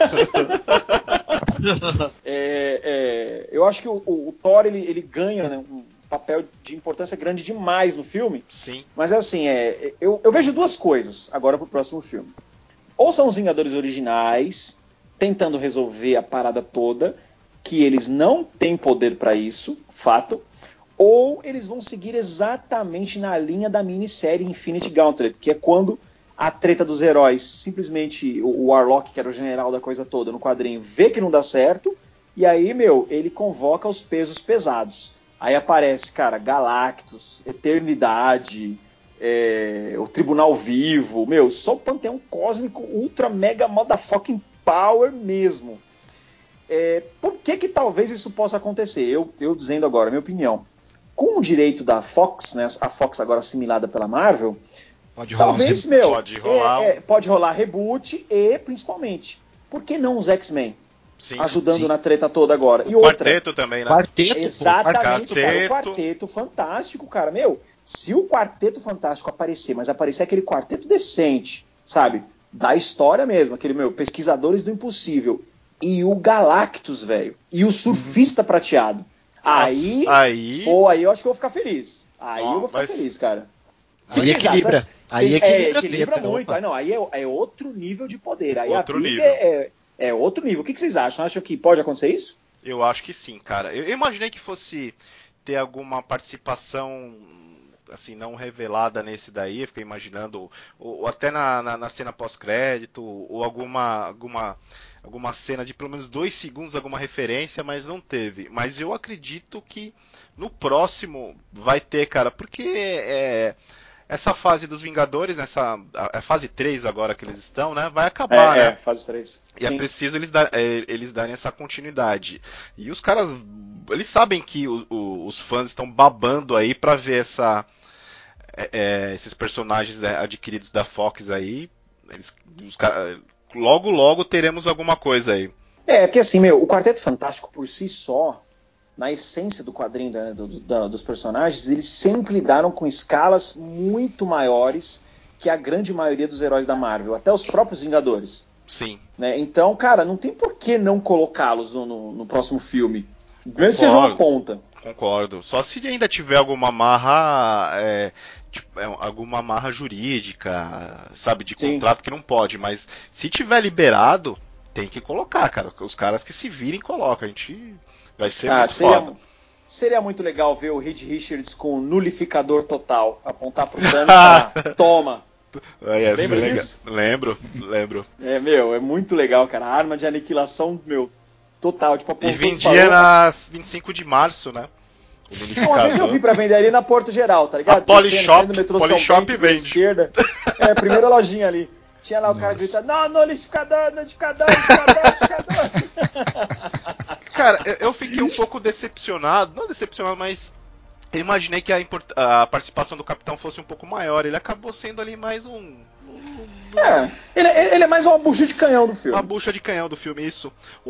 é, é, eu acho que o, o, o Thor ele, ele ganha, né, um papel de importância grande demais no filme. Sim. Mas assim, é, eu, eu vejo duas coisas agora pro próximo filme. Ou são os Vingadores originais tentando resolver a parada toda, que eles não têm poder para isso, fato, ou eles vão seguir exatamente na linha da minissérie Infinity Gauntlet, que é quando a treta dos heróis, simplesmente o Warlock, que era o general da coisa toda no quadrinho, vê que não dá certo, e aí, meu, ele convoca os pesos pesados. Aí aparece, cara, Galactus, Eternidade, é, o Tribunal Vivo, meu, só o Panteão Cósmico Ultra Mega Motherfucking Power mesmo. É, por que que talvez isso possa acontecer? Eu, eu dizendo agora, minha opinião. Com o direito da Fox, né, a Fox agora assimilada pela Marvel, Pode rolar talvez, uns meu, Pode rolar é, é, um- pode rolar reboot e, principalmente, por que não os X-Men? Sim. Ajudando Sim. na treta toda agora. O e outra, quarteto também, né? quarteto, exatamente, quarteto. cara, o Quarteto Fantástico, cara, meu, se o Quarteto Fantástico aparecer, mas aparecer aquele quarteto decente, sabe, da história mesmo, aquele, meu, Pesquisadores do Impossível, e o Galactus, velho, e o Surfista Prateado, aí, Nossa, aí. pô, aí eu acho que eu vou ficar feliz, aí Ó, eu vou ficar mas- feliz, cara. Aí Vocês acham? equilibra. Vocês- Aí vocês- equilibra é, a equilibra treta, muito. opa. Aí, não, aí é, é outro nível de poder. Aí Outro a briga nível. é, é outro nível. O que, que vocês acham? Acham que pode acontecer isso? Eu acho que sim, cara. Eu imaginei que fosse ter alguma participação assim não revelada nesse daí. Eu fiquei imaginando, ou, ou até na, na, na cena pós-crédito, ou alguma alguma alguma cena de pelo menos dois segundos, alguma referência, mas não teve. Mas eu acredito que no próximo vai ter, cara, porque é, essa fase dos Vingadores, essa a, a fase três agora que eles estão, né, vai acabar, É, né? é, fase três. E é Sim. preciso eles, dar, é, eles darem essa continuidade. E os caras, eles sabem que o, o, os fãs estão babando aí pra ver essa, é, é, esses personagens, né, adquiridos da Fox aí. Eles, os, logo, logo teremos alguma coisa aí. É, porque assim, meu, o Quarteto Fantástico por si só, na essência do quadrinho, né, do, do, dos personagens, eles sempre lidaram com escalas muito maiores que a grande maioria dos heróis da Marvel, até os próprios Vingadores. Sim. Né? Então, cara, não tem por que não colocá-los no, no, no próximo filme. Mesmo que seja uma ponta. Concordo. Só se ainda tiver alguma marra, é, tipo, é, alguma marra jurídica, sabe, de Sim. contrato que não pode. Mas se tiver liberado, tem que colocar, cara. Os caras que se virem colocam. A gente vai ser Ah, muito seria, foda. seria muito legal ver o Reed Richards com o nulificador total, apontar pro Thanos e falar, toma. É, é, Lembra legal. disso? Lembro, lembro. É, meu, é muito legal, cara. A arma de aniquilação, meu, total. Tipo, E apontou, vendia disparou. na vinte e cinco de março, né? O Uma vez eu vi pra vender ali na Porto Geral, tá ligado? A Polishop, Descendo, saindo do metrô São Polishop Bento, pela vende. esquerda. É, a primeira lojinha ali. Tinha lá o cara Nossa. gritando, não, no liquidificador, no liquidificador, liquidificador, liquidificador. Cara, eu, eu fiquei um pouco decepcionado, não decepcionado, mas eu imaginei que a, import- a participação do Capitão fosse um pouco maior. Ele acabou sendo ali mais um... um- É, ele, ele é mais uma bucha de canhão do filme. Uma bucha de canhão do filme, isso.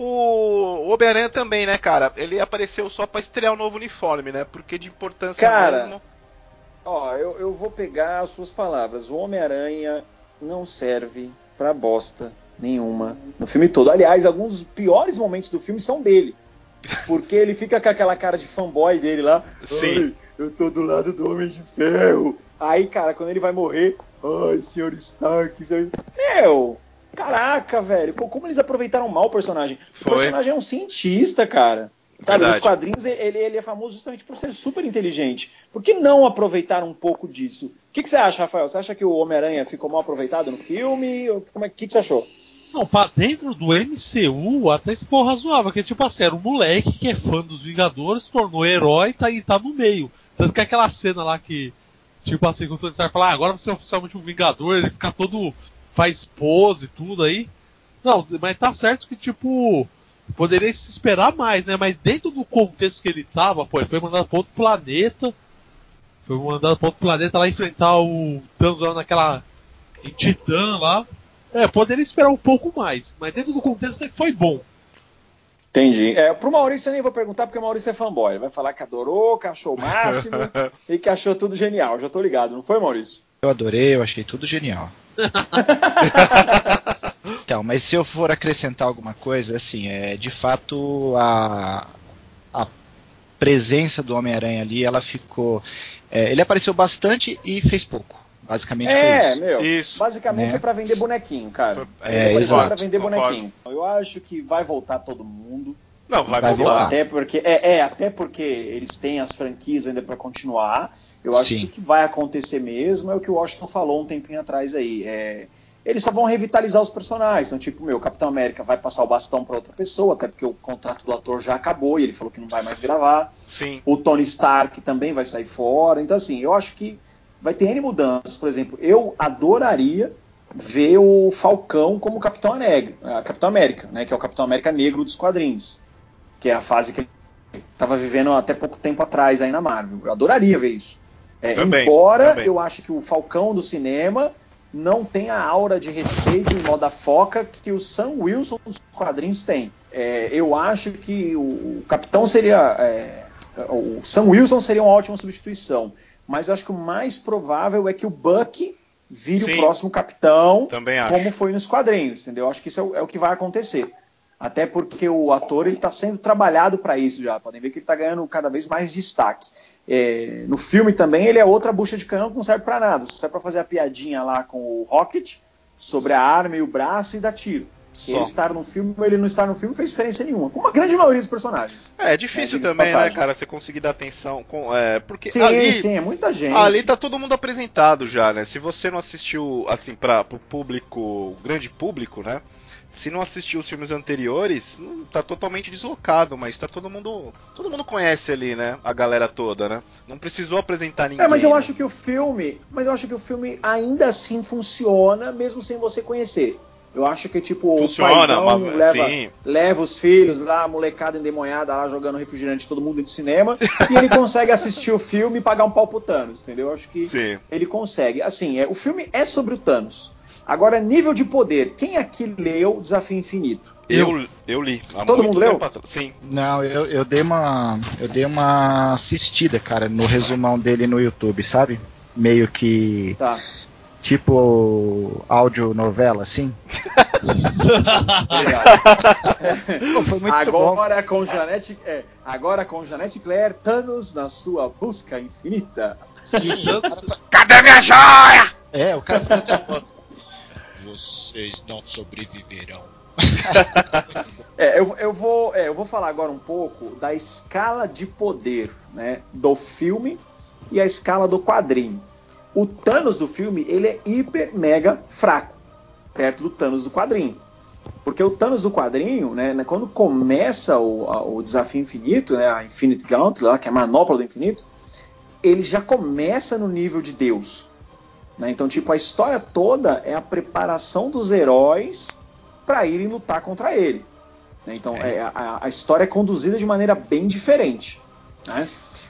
O Homem-Aranha também, né, cara? Ele apareceu só pra estrear o novo uniforme, né? Porque de importância Cara, mesmo... Ó, eu, eu vou pegar as suas palavras. O Homem-Aranha não serve pra bosta nenhuma no filme todo. Aliás, alguns dos piores momentos do filme são dele. Porque ele fica com aquela cara de fanboy dele lá. Sim. Ai, eu tô do lado do Homem de Ferro. Aí, cara, quando ele vai morrer, ai, senhor Stark, senhor... Meu, caraca, velho. Como eles aproveitaram mal o personagem? O Foi. personagem é um cientista, cara. Sabe, Verdade. nos quadrinhos ele, ele é famoso justamente por ser super inteligente. Por que não aproveitar um pouco disso? O que, que você acha, Rafael? Você acha que o Homem-Aranha ficou mal aproveitado no filme? O Como é, que, que você achou? Não, pra dentro do M C U até ficou razoável, porque tipo assim, era um moleque que é fã dos Vingadores, tornou herói e tá, e tá no meio. Tanto que aquela cena lá que, tipo assim, quando o Tony Stark fala, ah, agora você é oficialmente um Vingador, ele fica todo, faz pose e tudo aí. Não, mas tá certo que tipo, poderia se esperar mais, né? Mas dentro do contexto que ele tava, pô, ele foi mandado pra outro planeta, foi mandado pra outro planeta lá enfrentar o Thanos lá naquela, em Titã lá. É, poderia esperar um pouco mais, mas dentro do contexto até que foi bom. Entendi. É, pro Maurício eu nem vou perguntar, porque o Maurício é fanboy. Ele vai falar que adorou, que achou o máximo e que achou tudo genial. Já tô ligado, não foi, Maurício? Eu adorei, eu achei tudo genial. Então, mas se eu for acrescentar alguma coisa, assim, é de fato a, a presença do Homem-Aranha ali, ela ficou. É, ele apareceu bastante e fez pouco. Basicamente foi É, isso. meu. Isso. Basicamente Né? é pra vender bonequinho, cara. É, Ele apareceu exato. pra vender Concordo. bonequinho. Eu acho que vai voltar todo mundo. Não, vai, Vai voltar. voltar. Até porque, é, é, até porque eles têm as franquias ainda pra continuar. Eu acho Sim. que o que vai acontecer mesmo é o que o Washington falou um tempinho atrás aí. É, eles só vão revitalizar os personagens. Então, tipo, meu, Capitão América vai passar o bastão pra outra pessoa, até porque o contrato do ator já acabou e ele falou que não vai mais gravar. Sim. O Tony Stark também vai sair fora. Então, assim, eu acho que vai ter N mudanças. Por exemplo, eu adoraria ver o Falcão como Capitão América, Capitão América, né, que é o Capitão América negro dos quadrinhos, que é a fase que ele estava vivendo até pouco tempo atrás aí na Marvel. Eu adoraria ver isso. É, Também, embora também. eu ache que o Falcão do cinema não tem a aura de respeito e moda foca que o Sam Wilson dos quadrinhos tem. É, eu acho que o Capitão seria... É, o Sam Wilson seria uma ótima substituição, mas eu acho que o mais provável é que o Bucky vire Sim. o próximo Capitão, Também acho. como foi nos quadrinhos, entendeu? Acho que isso é o, é o que vai acontecer. Até porque o ator está sendo trabalhado para isso já. Podem ver que ele está ganhando cada vez mais destaque. É, no filme também ele é outra bucha de canhão que não serve para nada. Só serve para fazer a piadinha lá com o Rocket sobre a arma e o braço e dar tiro. Ele estar no filme ou ele não estar no filme não fez diferença nenhuma. Como a grande maioria dos personagens. É, é difícil É, também, né, passagem. cara, você conseguir dar atenção. Com, é, porque Sim, ali, sim, é muita gente. ali tá todo mundo apresentado já, né? Se você não assistiu, assim, para pro público, grande público, né? Se não assistiu os filmes anteriores, tá totalmente deslocado, mas tá todo mundo. Todo mundo conhece ali, né? A galera toda, né? Não precisou apresentar ninguém. É, mas eu né? acho que o filme. Mas eu acho que o filme ainda assim funciona, mesmo sem você conhecer. Eu acho que, tipo, Funciona, o paizão mas- leva, sim. leva os filhos lá, a molecada endemoniada lá jogando refrigerante, todo mundo de cinema, e ele consegue assistir o filme e pagar um pau pro Thanos, entendeu? Eu acho que Sim. ele consegue. Assim, é, o filme é sobre o Thanos. Agora, nível de poder. Quem aqui leu Desafio Infinito? Eu, eu li. Há Todo muito mundo leu? tempo atrás. Sim. Não, eu, eu dei uma. Eu dei uma assistida, cara, no resumão dele no YouTube, sabe? Meio que. Tá. Tipo áudio novela, assim. Pô, foi muito agora bom. com Janete, é, agora com Janete Claire, Thanos na sua busca infinita. Sim, o cara tá- Cadê minha joia? É, o cara fez até a voz. Vocês não sobreviverão. É, eu, eu, vou, é, eu vou falar agora um pouco da escala de poder, né, do filme e a escala do quadrinho. O Thanos do filme, ele é hiper mega fraco, perto do Thanos do quadrinho. Porque o Thanos do quadrinho, né, quando começa o, a, o Desafio Infinito, né, a Infinite Gauntlet, que é a manopla do infinito, ele já começa no nível de Deus. Né? Então, tipo, a história toda é a preparação dos heróis para irem lutar contra ele. Né? Então, é, a, a história é conduzida de maneira bem diferente. Né?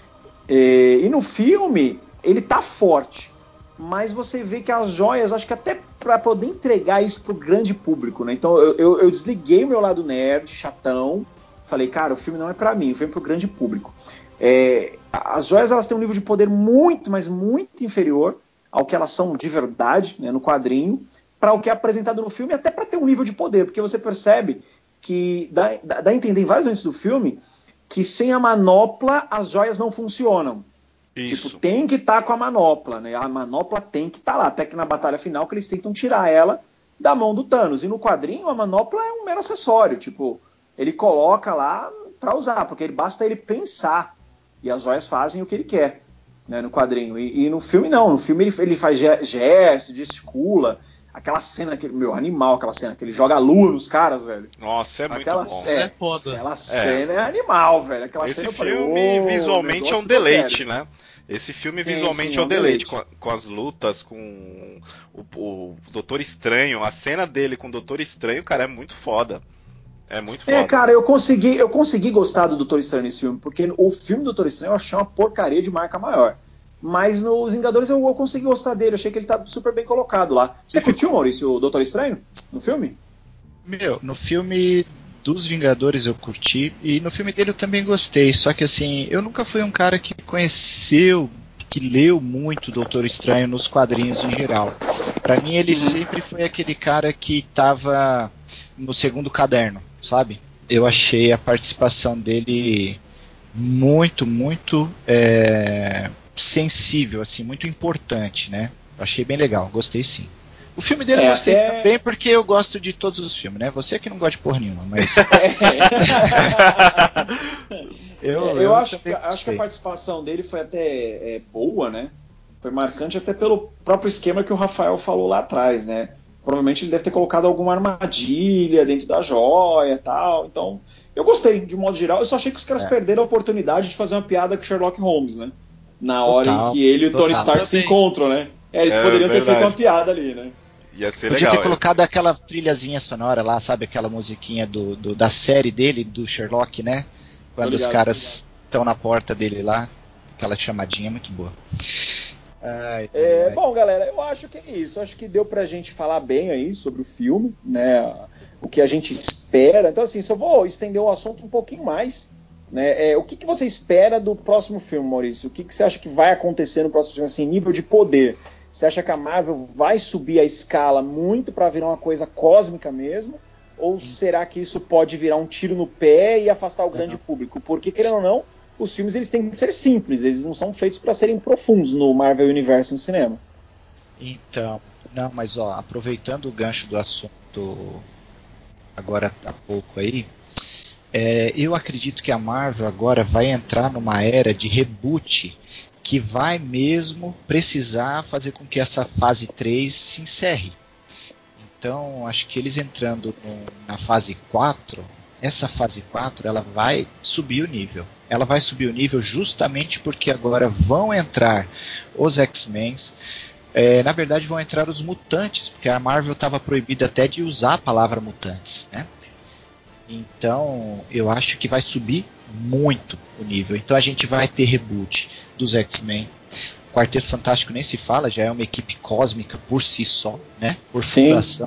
E, e no filme, ele tá forte. Mas você vê que as joias, acho que até para poder entregar isso pro grande público, né? Então eu, eu, eu desliguei o meu lado nerd, chatão, falei, cara, o filme não é para mim, o filme é pro grande público. É, as joias, elas têm um nível de poder muito, mas muito inferior ao que elas são de verdade, né, no quadrinho, para o que é apresentado no filme, até para ter um nível de poder, porque você percebe que dá, dá, dá a entender em vários momentos do filme que sem a manopla as joias não funcionam. Isso. Tipo, tem que estar tá com a manopla, né? A manopla tem que estar tá lá, até que na batalha final que eles tentam tirar ela da mão do Thanos. E no quadrinho a manopla é um mero acessório, tipo, ele coloca lá para usar, porque ele, basta ele pensar e as joias fazem o que ele quer, né, no quadrinho. E, e no filme não, no filme ele, ele faz gesto, gesticula, aquela cena, que, meu, animal aquela cena, que ele joga a lua nos caras, velho. Nossa, é muito aquela, bom. É, é foda. Aquela cena é, é animal, velho. Aquela Esse cena filme falei, oh, visualmente é um deleite, né? Esse filme sim, visualmente sim, é um deleite, deleite. Com, com as lutas, com o, o Doutor Estranho, a cena dele com o Doutor Estranho, cara, é muito foda. É muito foda. É, cara, eu consegui, eu consegui gostar do Doutor Estranho nesse filme, porque o filme do Doutor Estranho eu achei uma porcaria de marca maior. Mas nos Vingadores eu, eu consegui gostar dele, eu achei que ele tá super bem colocado lá. Você curtiu, Maurício, o Doutor Estranho no filme? Meu, no filme dos Vingadores eu curti, e no filme dele eu também gostei, só que assim, eu nunca fui um cara que conheceu, que leu muito Doutor Estranho nos quadrinhos em geral. Pra mim ele uhum. sempre foi aquele cara que tava no segundo caderno, sabe? Eu achei a participação dele muito, muito é, sensível, assim, muito importante, né? Eu achei bem legal, gostei sim. O filme dele é, eu gostei até... também porque eu gosto de todos os filmes, né? Você que não gosta de porra nenhuma, mas... eu eu, eu acho, que, acho que a participação dele foi até é, boa, né? Foi marcante até pelo próprio esquema que o Rafael falou lá atrás, né? Provavelmente ele deve ter colocado alguma armadilha dentro da joia e tal. Então, eu gostei, de um modo geral. Eu só achei que os caras é. perderam a oportunidade de fazer uma piada com Sherlock Holmes, né? Na hora total, em que ele e o total. Tony Stark se encontram, né? É, eles é, poderiam verdade. ter feito uma piada ali, né? Ia ser Podia legal, ter colocado eu... aquela trilhazinha sonora lá, sabe? Aquela musiquinha do, do, da série dele, do Sherlock, né? Quando ligado, os caras estão na porta dele lá. Aquela chamadinha muito boa. Ai, é, ai. Bom, galera, eu acho que é isso. Eu acho que deu pra gente falar bem aí sobre o filme, né? O que a gente espera. Então, assim, só vou estender o assunto um pouquinho mais. Né? É, o que, que você espera do próximo filme, Maurício? O que, que você acha que vai acontecer no próximo filme, assim, nível de poder? Você acha que a Marvel vai subir a escala muito para virar uma coisa cósmica mesmo? Ou será que isso pode virar um tiro no pé e afastar o grande não. público? Porque, querendo ou não, os filmes eles têm que ser simples, eles não são feitos para serem profundos no Marvel Universe no cinema. Então, não, mas ó, aproveitando o gancho do assunto agora há pouco aí, é, eu acredito que a Marvel agora vai entrar numa era de reboot que vai mesmo precisar fazer com que essa fase três se encerre. Então, acho que eles entrando no, na fase quatro, essa fase quatro ela vai subir o nível. Ela vai subir o nível justamente porque agora vão entrar os X-Men, é, na verdade vão entrar os mutantes, porque a Marvel estava proibida até de usar a palavra mutantes, né? Então eu acho que vai subir muito o nível. Então a gente vai ter reboot dos X-Men. O Quarteto Fantástico nem se fala, já é uma equipe cósmica por si só, né? Por Sim. fundação.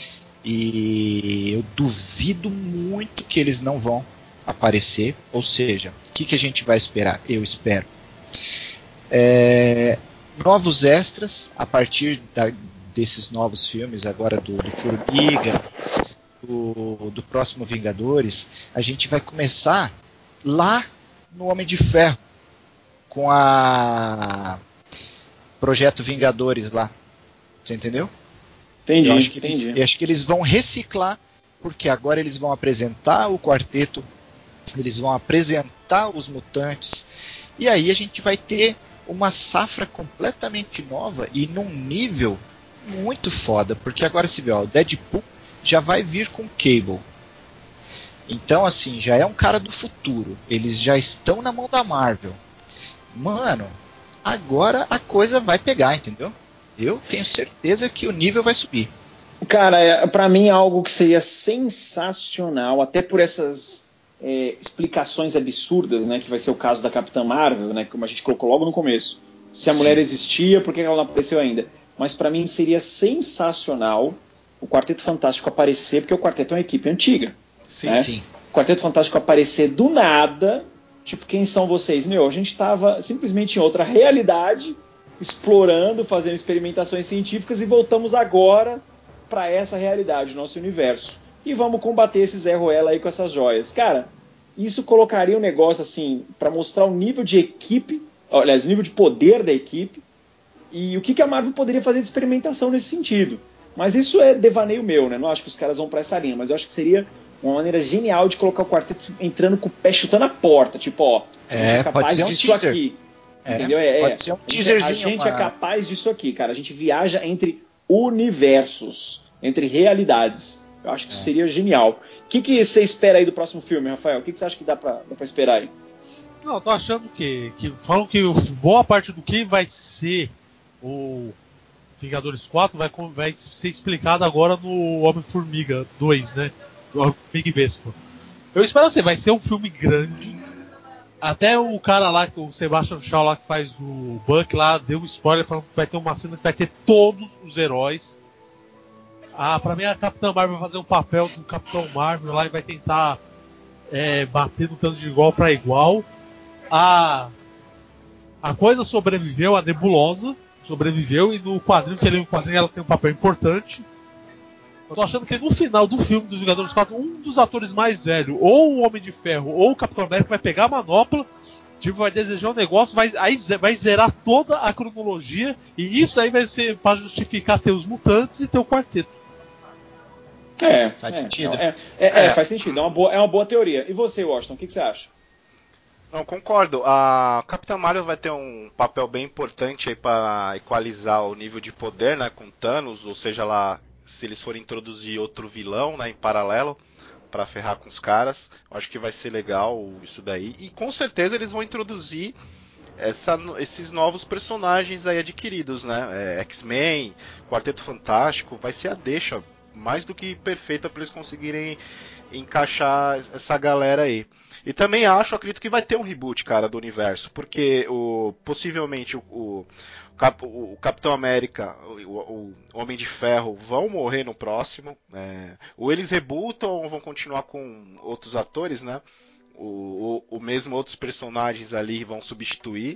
E eu duvido muito que eles não vão aparecer. Ou seja, o que, que a gente vai esperar? Eu espero é, novos extras a partir da, desses novos filmes agora do, do Formiga, do, do próximo Vingadores. A gente vai começar lá no Homem de Ferro com a Projeto Vingadores lá. Você entendeu? Entendi, eu acho que entendi. Eles, eu acho que eles vão reciclar, porque agora eles vão apresentar o quarteto, eles vão apresentar os mutantes, e aí a gente vai ter uma safra completamente nova e num nível muito foda, porque agora se vê, ó, o Deadpool já vai vir com Cable. Então, assim, já é um cara do futuro. Eles já estão na mão da Marvel. Mano, agora a coisa vai pegar, entendeu? Eu tenho certeza que o nível vai subir. Cara, é, pra mim é algo que seria sensacional, até por essas é, explicações absurdas, né? Que vai ser o caso da Capitã Marvel, né? Como a gente colocou logo no começo. Se a Sim. mulher existia, por que ela não apareceu ainda? Mas pra mim seria sensacional o Quarteto Fantástico aparecer, porque o Quarteto é uma equipe antiga. Sim, né? sim. O Quarteto Fantástico aparecer do nada, tipo, quem são vocês? Meu, a gente estava simplesmente em outra realidade, explorando, fazendo experimentações científicas e voltamos agora para essa realidade, nosso universo. E vamos combater esse Zé Ruela aí com essas joias. Cara, isso colocaria um negócio assim, para mostrar o nível de equipe, aliás, o nível de poder da equipe e o que, que a Marvel poderia fazer de experimentação nesse sentido. Mas isso é devaneio meu, né? Não acho que os caras vão para essa linha, mas eu acho que seria uma maneira genial de colocar o quarteto entrando com o pé chutando a porta. Tipo, ó, a gente é, é capaz um disso teaser. aqui. É, entendeu? É, pode é. ser um a gente, teaserzinho. A gente uma... é capaz disso aqui, cara. A gente viaja entre universos, entre realidades. Eu acho que isso é. seria genial. O que, que você espera aí do próximo filme, Rafael? O que, que você acha que dá pra, dá pra esperar aí? Não, eu tô achando que, que falam que boa parte do que vai ser o Vingadores quatro vai, vai ser explicado agora no Homem-Formiga dois, né? Do Homem-Formiga e Vespa. Eu espero assim, vai ser um filme grande. Até o cara lá, o Sebastian Shaw lá que faz o Buck lá, deu um spoiler falando que vai ter uma cena que vai ter todos os heróis. Ah, pra mim a Capitã Marvel vai fazer um papel do Capitão Marvel lá e vai tentar é, bater no tanto de igual para igual. A, a coisa sobreviveu, a Nebulosa sobreviveu, e no quadrinho que ele no quadrinho ela tem um papel importante. Eu tô achando que no final do filme dos Vingadores quatro, um dos atores mais velhos, ou o Homem de Ferro, ou o Capitão América, vai pegar a manopla, tipo, vai desejar um negócio, vai, aí vai zerar toda a cronologia, e isso aí vai ser para justificar ter os mutantes e ter o quarteto. É, faz é, sentido. É, é, é, é, faz sentido. É uma, boa, é uma boa teoria. E você, Washington, o que, que você acha? Não, concordo. A Capitã Marvel vai ter um papel bem importante aí para equalizar o nível de poder, né, com Thanos, ou seja lá, se eles forem introduzir outro vilão, né, em paralelo para ferrar com os caras. Eu acho que vai ser legal isso daí. E com certeza eles vão introduzir essa, esses novos personagens aí adquiridos, né? É, X-Men, Quarteto Fantástico, vai ser a deixa mais do que perfeita para eles conseguirem encaixar essa galera aí. E também acho, acredito que vai ter um reboot, cara, do universo, porque o, possivelmente o, o, o Capitão América, o, o Homem de Ferro vão morrer no próximo. É, ou eles rebootam ou vão continuar com outros atores, né? O, o, o mesmo outros personagens ali vão substituir.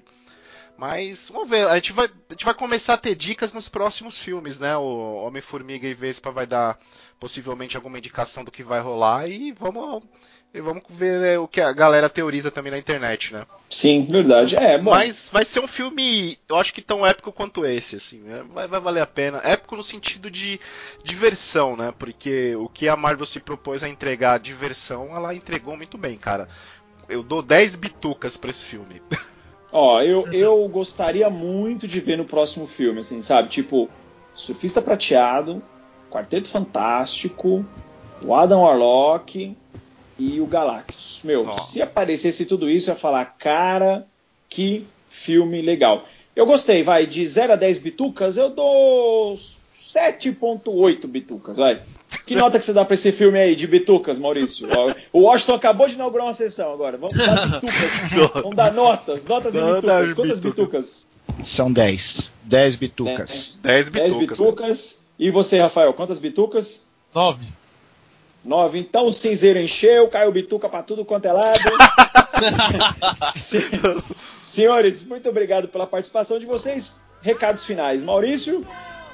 Mas vamos ver, a gente, vai, a gente vai começar a ter dicas nos próximos filmes, né? O Homem-Formiga e Vespa vai dar possivelmente alguma indicação do que vai rolar e vamos, e vamos ver, né, o que a galera teoriza também na internet, né? Sim, verdade. É, bom. Mas vai ser um filme, eu acho que tão épico quanto esse, assim, né? vai, vai valer a pena. Épico no sentido de diversão, né? Porque o que a Marvel se propôs a entregar diversão, ela entregou muito bem, cara. Eu dou dez bitucas pra esse filme. Ó, eu, eu gostaria muito de ver no próximo filme, assim, sabe? Tipo, Surfista Prateado, Quarteto Fantástico, o Adam Warlock e o Galactus. Meu, oh. se aparecesse tudo isso, eu ia falar, cara, que filme legal. Eu gostei, vai, de zero a dez bitucas, eu dou sete ponto oito bitucas, vai. Que nota que você dá pra esse filme aí de bitucas, Maurício? O Washington acabou de inaugurar uma sessão agora. Vamos dar bitucas. Vamos dar notas. Notas e bitucas. Quantas bitucas? São dez. dez bitucas. dez bitucas. dez bitucas. E você, Rafael, quantas bitucas? nove. nove. Então o cinzeiro encheu, caiu bituca pra tudo quanto é lado. Senhores, muito obrigado pela participação de vocês. Recados finais. Maurício?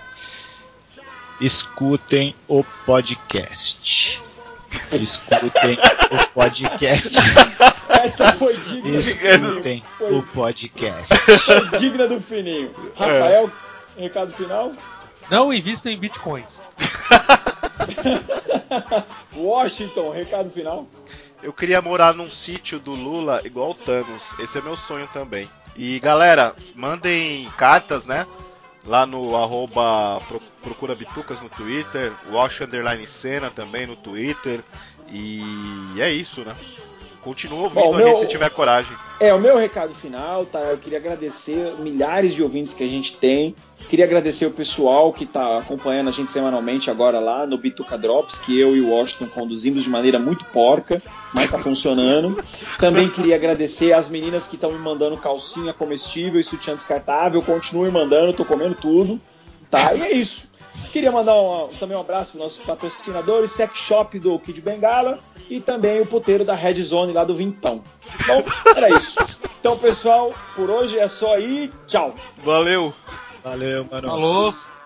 Escutem o podcast. Escutem o podcast. Essa foi digna Escutem do Fininho. o podcast. Foi digna do Fininho. Rafael, é. recado final? Não invistam em bitcoins. Washington, recado final? Eu queria morar num sítio do Lula igual o Thanos. Esse é meu sonho também. E galera, mandem cartas, né? Lá no arroba Procura Bitucas no Twitter, Wash Underline Cena também no Twitter. E é isso, né? Continua ouvindo Bom, a meu... gente se tiver coragem. É, o meu recado final, tá? Eu queria agradecer milhares de ouvintes que a gente tem. Queria agradecer o pessoal que está acompanhando a gente semanalmente agora lá no Bituca Drops, que eu e o Washington conduzimos de maneira muito porca, mas está funcionando. Também queria agradecer as meninas que estão me mandando calcinha comestível e sutiã descartável. Continuem mandando, tô comendo tudo, tá? E é isso. Queria mandar um, também um abraço para os nossos patrocinadores, Sex Shop do Kid Bengala e também o puteiro da Red Zone lá do Vintão. Bom, era isso. Então, pessoal, por hoje é só aí. Tchau. Valeu. Valeu, mano. Falou.